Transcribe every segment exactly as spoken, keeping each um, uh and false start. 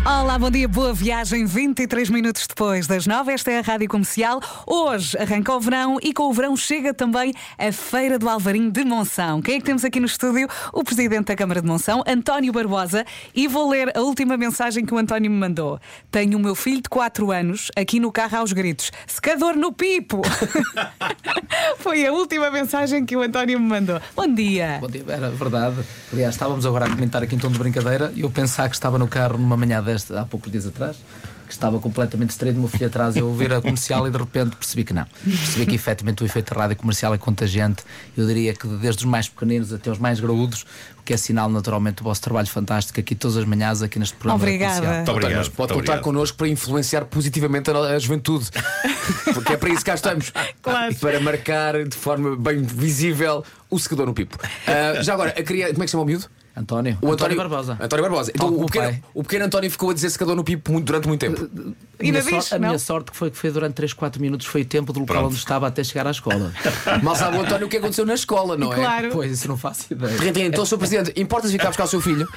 Olá, bom dia, boa viagem. vinte e três minutos depois das nove, esta é a Rádio Comercial. Hoje arranca o verão e com o verão chega também a Feira do Alvarinho de Monção. Quem é que temos aqui no estúdio? O Presidente da Câmara de Monção, António Barbosa. E vou ler a última mensagem que o António me mandou. Tenho o meu filho de quatro anos aqui no carro aos gritos: secador no pipo! Foi a última mensagem que o António me mandou. Bom dia. Bom dia, era verdade. Aliás, estávamos agora a comentar aqui em tom de brincadeira e eu pensar que estava no carro numa manhã desta, há poucos dias atrás, que estava completamente distraído, o meu filho atrás, eu ouvir a comercial e de repente percebi que não. Percebi que efetivamente o efeito da rádio comercial é contagiante. Eu diria que desde os mais pequeninos até os mais graúdos, o que é sinal naturalmente do vosso trabalho fantástico aqui todas as manhãs, aqui neste programa. Obrigada. Muito obrigado. Mas pode Muito contar obrigado. connosco para influenciar positivamente a, a juventude. Porque é para isso que cá estamos. Claro. Para marcar de forma bem visível o secador no pipo. Uh, já agora, a criança, como é que se chama o miúdo? António. O António Barbosa. António Barbosa. Então, Tal o, pequeno, pai. o pequeno António ficou a dizer secador no pipo muito- durante muito tempo. A minha, Ainda sorte, diz? a minha Não? sorte que foi que foi durante três, quatro minutos foi o tempo do local Pronto. onde estava até chegar à escola. Mal sabe o António o que aconteceu na escola, não é? Claro. Pois, isso não faço ideia. Rentinho, então, senhor Presidente, importa-se ficar a buscar o seu filho?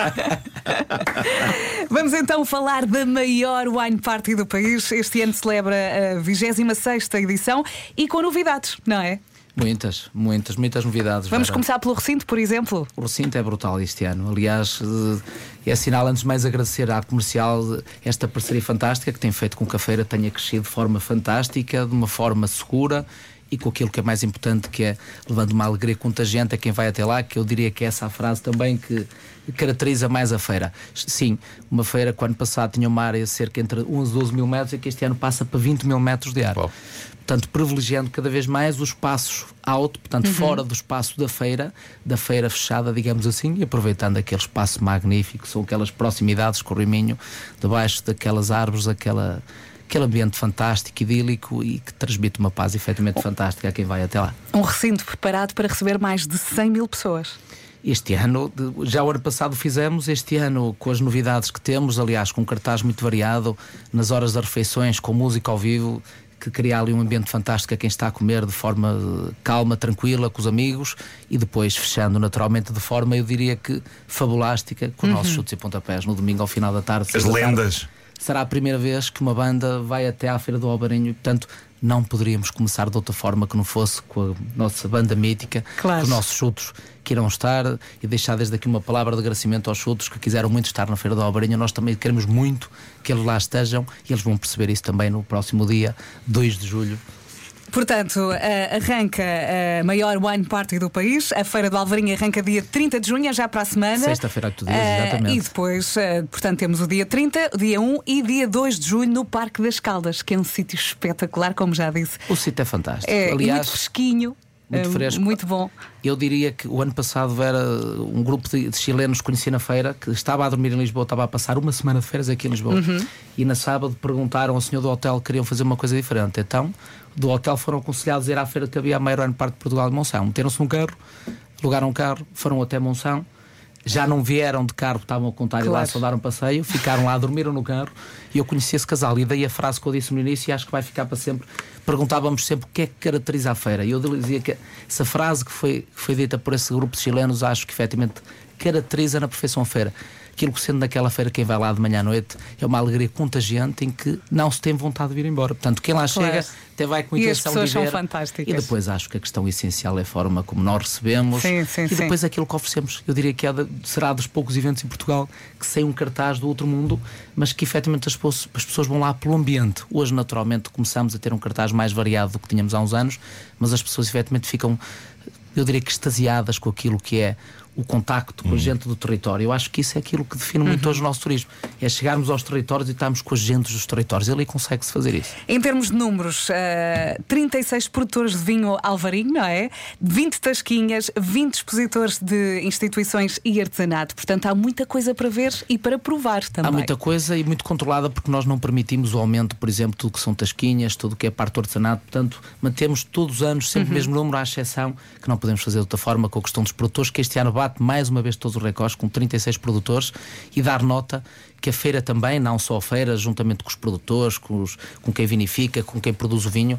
Vamos então falar da maior wine party do país. Este ano celebra a vigésima sexta edição e com novidades, não é? Muitas, muitas, muitas novidades. Vamos Vera. começar pelo recinto, por exemplo. O recinto é brutal este ano. Aliás, eh, é sinal, antes de mais, agradecer à comercial esta parceria fantástica que tem feito com que a feira tenha crescido de forma fantástica, de uma forma segura e com aquilo que é mais importante, que é levando uma alegria contagiante a quem vai até lá, que eu diria que é essa a frase também que caracteriza mais a feira. Sim, uma feira que o ano passado tinha uma área de cerca entre onze, doze mil metros e que este ano passa para vinte mil metros de área. Bom. Portanto, privilegiando cada vez mais os espaços alto, portanto, fora do espaço da feira, da feira fechada, digamos assim, e aproveitando aquele espaço magnífico, são aquelas proximidades com o Riminho, debaixo daquelas árvores, aquela, aquele ambiente fantástico, idílico e que transmite uma paz efetivamente fantástica a quem vai até lá. Um recinto preparado para receber mais de cem mil pessoas. Este ano, de- já o ano passado fizemos, este ano com as novidades que temos, aliás, com um cartaz muito variado, nas horas das refeições, com música ao vivo, que cria ali um ambiente fantástico a quem está a comer de forma eh, calma, tranquila, com os amigos, e depois fechando naturalmente de forma, eu diria que fabulástica, com os nossos chutes e pontapés no domingo ao final da tarde. As seis da tarde. lendas. Será a primeira vez que uma banda vai até à Feira do Alvarinho e, portanto, não poderíamos começar de outra forma que não fosse com a nossa banda mítica, Claro. com os nossos chutos que irão estar, e deixar desde aqui uma palavra de agradecimento aos chutos que quiseram muito estar na Feira do Alvarinho. Nós também queremos muito que eles lá estejam e eles vão perceber isso também no próximo dia dois de julho. Portanto, eh, arranca a maior wine party do país. A Feira do Alvarinho arranca dia trinta de junho, é já para a semana. Sexta-feira que tu dizes, Eh, exatamente. E depois, eh, portanto, temos o dia trinta, o dia um e dia dois de julho no Parque das Caldas, que é um sítio espetacular, como já disse. O sítio é fantástico. É, e muito Aliás, fresquinho, muito eh, fresco. muito bom. eu diria que o ano passado era um grupo de, de chilenos que conheci na feira, que estava a dormir em Lisboa, estava a passar uma semana de férias aqui em Lisboa. E na sábado perguntaram ao senhor do hotel que queriam fazer uma coisa diferente. Então, do hotel foram aconselhados a ir à feira que havia a maior parte de Portugal de Monção. Meteram-se num carro, alugaram um carro, foram até Monção. Já não vieram de carro, estavam a contar e lá Claro. só dar um passeio, ficaram lá, dormiram no carro e eu conheci esse casal e daí a frase que eu disse no início e acho que vai ficar para sempre. Perguntávamos sempre o que é que caracteriza a feira e eu dizia que essa frase que foi, que foi dita por esse grupo de chilenos acho que efetivamente caracteriza na perfeição a feira. Aquilo que sendo naquela feira quem vai lá de manhã à noite é uma alegria contagiante em que não se tem vontade de vir embora. Portanto, quem lá Claro. chega até vai com E as intenção pessoas de são ver. fantásticas. E depois acho que a questão essencial é a forma como nós recebemos Sim, sim, e sim. depois aquilo que oferecemos. Eu diria que é de- será dos poucos eventos em Portugal que sem um cartaz do outro mundo, mas que efetivamente as pessoas, as pessoas vão lá pelo ambiente. Hoje, naturalmente, começamos a ter um cartaz mais variado do que tínhamos há uns anos, mas as pessoas efetivamente ficam, eu diria que extasiadas com aquilo que é o contacto com a gente do território. Eu acho que isso é aquilo que define muito hoje o nosso turismo. É chegarmos aos territórios e estarmos com as gentes dos territórios. Ali consegue-se fazer isso. Em termos de números, eh, trinta e seis produtores de vinho Alvarinho, não é? vinte tasquinhas, vinte expositores de instituições e artesanato. Portanto, há muita coisa para ver e para provar também. Há muita coisa e muito controlada porque nós não permitimos o aumento, por exemplo, tudo que são tasquinhas, tudo que é parte do artesanato. Portanto, mantemos todos os anos sempre o mesmo número, à exceção que não podemos fazer de outra forma com a questão dos produtores, que este ano bate mais uma vez todos os recordes com trinta e seis produtores e dar nota que a feira também, não só a feira, juntamente com os produtores, com, os, com quem vinifica, com quem produz o vinho,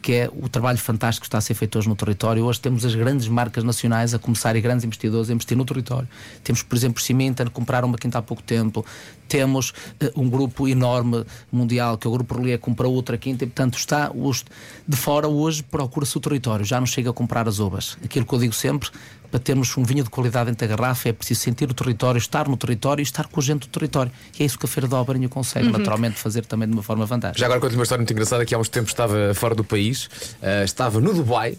que é o trabalho fantástico que está a ser feito hoje no território. Hoje temos as grandes marcas nacionais a começar e grandes investidores a investir no território. Temos, por exemplo, Cimenta, compraram uma quinta há pouco tempo. Temos uh, um grupo enorme mundial, que é o Grupo Relié, compra outra quinta, e portanto está os de fora hoje procura-se o território, já não chega a comprar as uvas. Aquilo que eu digo sempre, para termos um vinho de qualidade dentro da garrafa é preciso sentir o território, estar no território e estar com a gente do território. E é isso que a Feira do Alvarinho consegue, uhum. naturalmente, fazer também de uma forma fantástica. Já agora conto-lhe uma história muito engraçada, que há uns tempos estava fora do país, uh, estava no Dubai.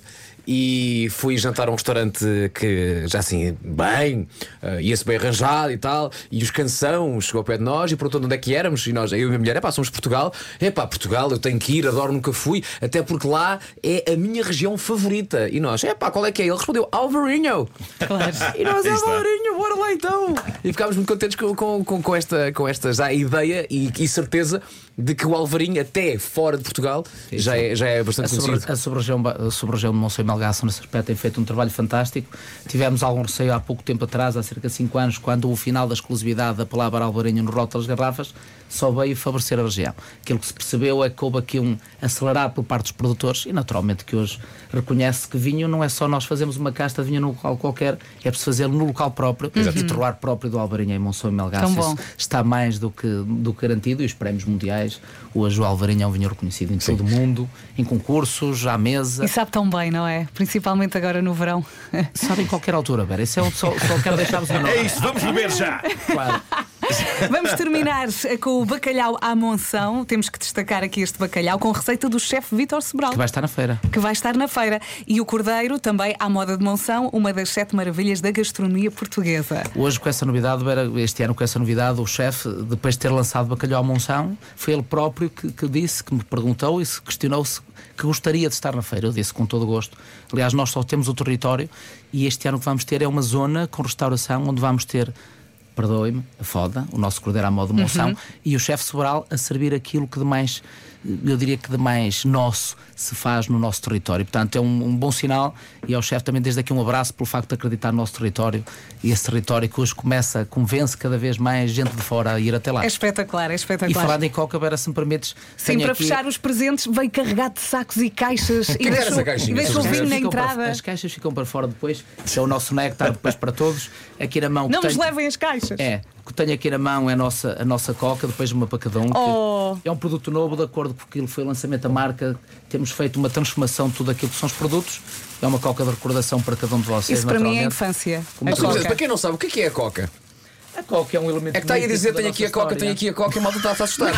E fui jantar a um restaurante que já assim, bem, uh, ia-se bem arranjado e tal. E os Canção chegou ao pé de nós e perguntou onde é que éramos. E nós, eu e a minha mulher, é pá, somos de Portugal. É pá, Portugal, eu tenho que ir, adoro, nunca fui. Até porque lá é a minha região favorita. E nós, é pá, qual é que é? Ele respondeu, Alvarinho. Claro. E nós, Alvarinho, bora lá então. E ficámos muito contentes com, com, com, com, esta, com esta já ideia e, e certeza de que o Alvarinho, até fora de Portugal, sim, já, é, já é bastante a conhecido. Sobre, a sub-região, a sub-região de Monção e Melgaço, nesse aspecto, tem feito um trabalho fantástico. Tivemos algum receio há pouco tempo atrás, há cerca de cinco anos, quando o final da exclusividade da palavra Alvarinho no rótulo das garrafas só veio favorecer a região. Aquilo que se percebeu é que houve aqui um acelerar por parte dos produtores e, naturalmente, que hoje reconhece que vinho não é só nós fazemos uma casta de vinho num local qualquer, é preciso fazê-lo no local próprio, uhum. e o terroir próprio do Alvarinho em Monção e Melgaço. Isso está mais do que, do que garantido, e os prémios mundiais. Hoje o Alvarinho é um vinho reconhecido em Sim. todo o mundo, em concursos, à mesa. E sabe tão bem, não é? Principalmente agora no verão. Sabe em qualquer altura, Vera. Isso é um, só, só quero deixar-vos uma nota. É isso, vamos beber já! Claro. Vamos terminar com o bacalhau à Monção. Temos que destacar aqui este bacalhau com receita do chefe Vítor Sobral, que vai estar na feira. Que vai estar na feira. E o cordeiro também à moda de Monção, uma das sete maravilhas da gastronomia portuguesa. Hoje, com essa novidade, este ano com essa novidade, o chefe, depois de ter lançado bacalhau à Monção, foi ele próprio que, que disse, que me perguntou e se questionou-se que gostaria de estar na feira. Eu disse com todo o gosto. Aliás, nós só temos o território e este ano que vamos ter é uma zona com restauração onde vamos ter, perdoe-me, a Foda, o nosso cordeiro à moda de Monção, uhum. e o chefe Sobral a servir aquilo que de mais, eu diria que de mais nosso se faz no nosso território. Portanto, é um, um bom sinal, e ao chefe também desde aqui um abraço pelo facto de acreditar no nosso território, e esse território que hoje começa, convence cada vez mais gente de fora a ir até lá. É espetacular, é espetacular. E falando em Coca, Vera, se me permites, sim, para aqui... fechar os presentes, veio carregado de sacos e caixas e deixou o vinho na entrada. Para, as caixas ficam para fora depois, é o nosso néctar depois para todos. Aqui na mão. Não nos tenho... levem as caixas. É. O que tenho aqui na mão é a nossa, a nossa Coca, depois uma para cada um. Oh. É um produto novo, de acordo com aquilo que foi o lançamento da marca. Temos feito uma transformação de tudo aquilo que são os produtos. É uma Coca de recordação para cada um de vocês. Isso para mim é a infância. A para quem não sabe, o que é a Coca? A Coca é um elemento. É que está aí a dizer: tenho aqui a Coca, tenho aqui a Coca, e a malta está a assustar.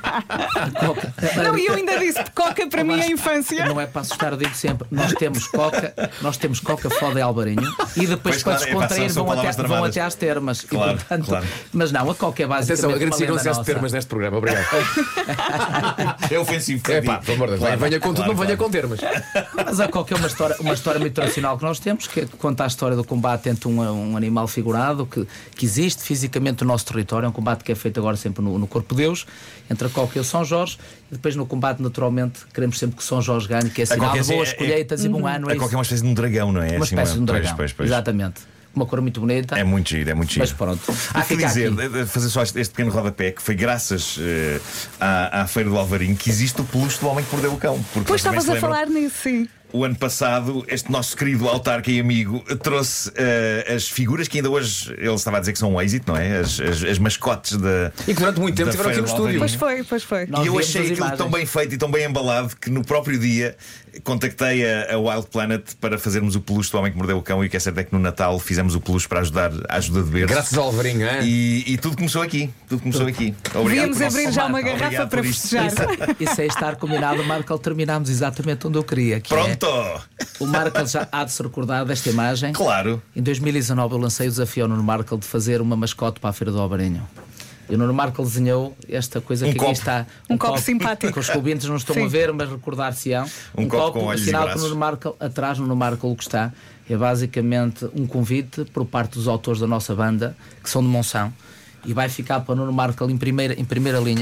Coca. Não, e eu ainda disse: Coca para mim é infância. Não é para assustar, eu digo sempre: nós temos Coca, nós temos Coca, Foda e Alvarinho, e depois, pois, para descontrair, é, vão, até, vão até às termas. Claro, e, portanto, claro. Mas não, a Coca é basicamente. Atenção, agradecido não excesso de termas neste programa, obrigado. É ofensivo. É pá, pelo amor de Deus, claro, venha com tudo, claro, não venha claro. com termas. Mas a Coca é uma história, uma história muito tradicional que nós temos, que conta a história do combate entre um, um animal figurado que, que existe fisicamente no nosso território. É um combate que é feito agora sempre no, no Corpo de Deus, entre a Coca e o São Jorge, e depois no combate, naturalmente, queremos sempre que São Jorge ganhe, que é sinal de boas é, colheitas é, e bom ano. A Coca é uma espécie de um dragão, não é? Uma assim, espécie uma... de um dragão, pois, pois, pois. Exatamente. Uma cor muito bonita. É muito giro, é muito giro. Mas pronto. Há que dizer, aqui. fazer só este, este pequeno rodapé, que foi graças uh, à, à Feira do Alvarinho que existe o peluche do homem que mordeu o cão. Pois estavas a falar nisso, sim. O ano passado, este nosso querido autarca e amigo trouxe uh, as figuras que ainda hoje ele estava a dizer que são um êxito, não é? As, as, as mascotes da. E que durante muito tempo estiveram aqui no estúdio. Pois foi, pois foi. E eu achei aquilo tão bem feito e tão bem embalado que no próprio dia contactei a, a Wild Planet para fazermos o peluche do homem que mordeu o cão. E o que é certo é que no Natal fizemos o peluche para ajudar a ajuda de berço. Graças ao Alvarinho, é? E, e tudo começou aqui. Tudo começou aqui. Devíamos abrir já uma garrafa para festejar. Isso, isso é estar combinado, Marco. Terminámos exatamente onde eu queria. Que Pronto! É... O Markle já há de se recordar desta imagem. Claro. Em dois mil e dezanove eu lancei o desafio ao Nuno Markle de fazer uma mascote para a Feira do Alvarinho. E o Nuno Markle desenhou esta coisa um que copo. aqui está. Um, um copo, copo simpático. Que os ouvintes não estão Sim. a ver, mas recordar-se-ão. Um, um copo com olhos e sinal braços. que o Nuno Markle, atrás no Nuno Markle o que está é basicamente um convite por parte dos autores da nossa banda, que são de Monção. E vai ficar para o Nuno Markle em primeira, em primeira linha,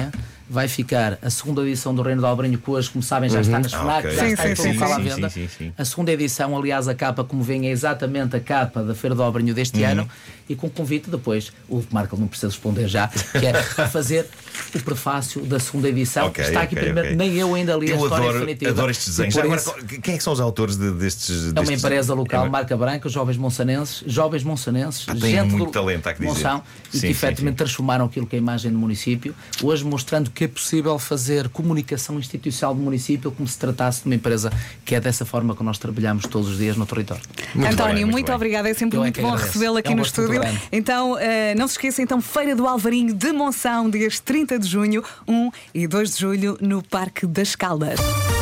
vai ficar a segunda edição do Reino de Alvarinho, que hoje, como sabem, já está nas Ah, FNAC, ok. já Sim, está sim, em todo sim, local à sim, venda. sim, sim, sim. A segunda edição, aliás, a capa, como vem, é exatamente a capa da Feira do Alvarinho deste ano, e com convite depois, o Marco não precisa responder já, que é fazer o prefácio da segunda edição. Ok, Está aqui ok, primeiro, ok. nem eu ainda li a Eu história adoro, definitiva. adoro estes desenhos. E por Já isso, agora, quem é que são os autores de- destes, é uma destes empresa local, é uma- marca branca, os jovens monsanenses, jovens monsanenses, Ah, têm gente muito do talento, há que dizer. Monção, e Sim, que sim, efetivamente sim. transformaram aquilo que é a imagem do município, hoje mostrando que é possível fazer comunicação institucional do município como se tratasse de uma empresa, que é dessa forma que nós trabalhamos todos os dias no território. Muito António, bem, muito, muito bem. obrigada. É sempre Eu é muito que bom agradeço. recebê-lo aqui É um no gosto muito estúdio. grande. Então, eh, não se esqueça, então, Feira do Alvarinho de Monção, dias trinta de junho, um e dois de julho, no Parque das Caldas.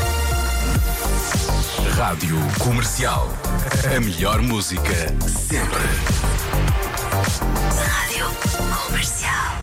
Rádio Comercial. A melhor música sempre. Rádio Comercial.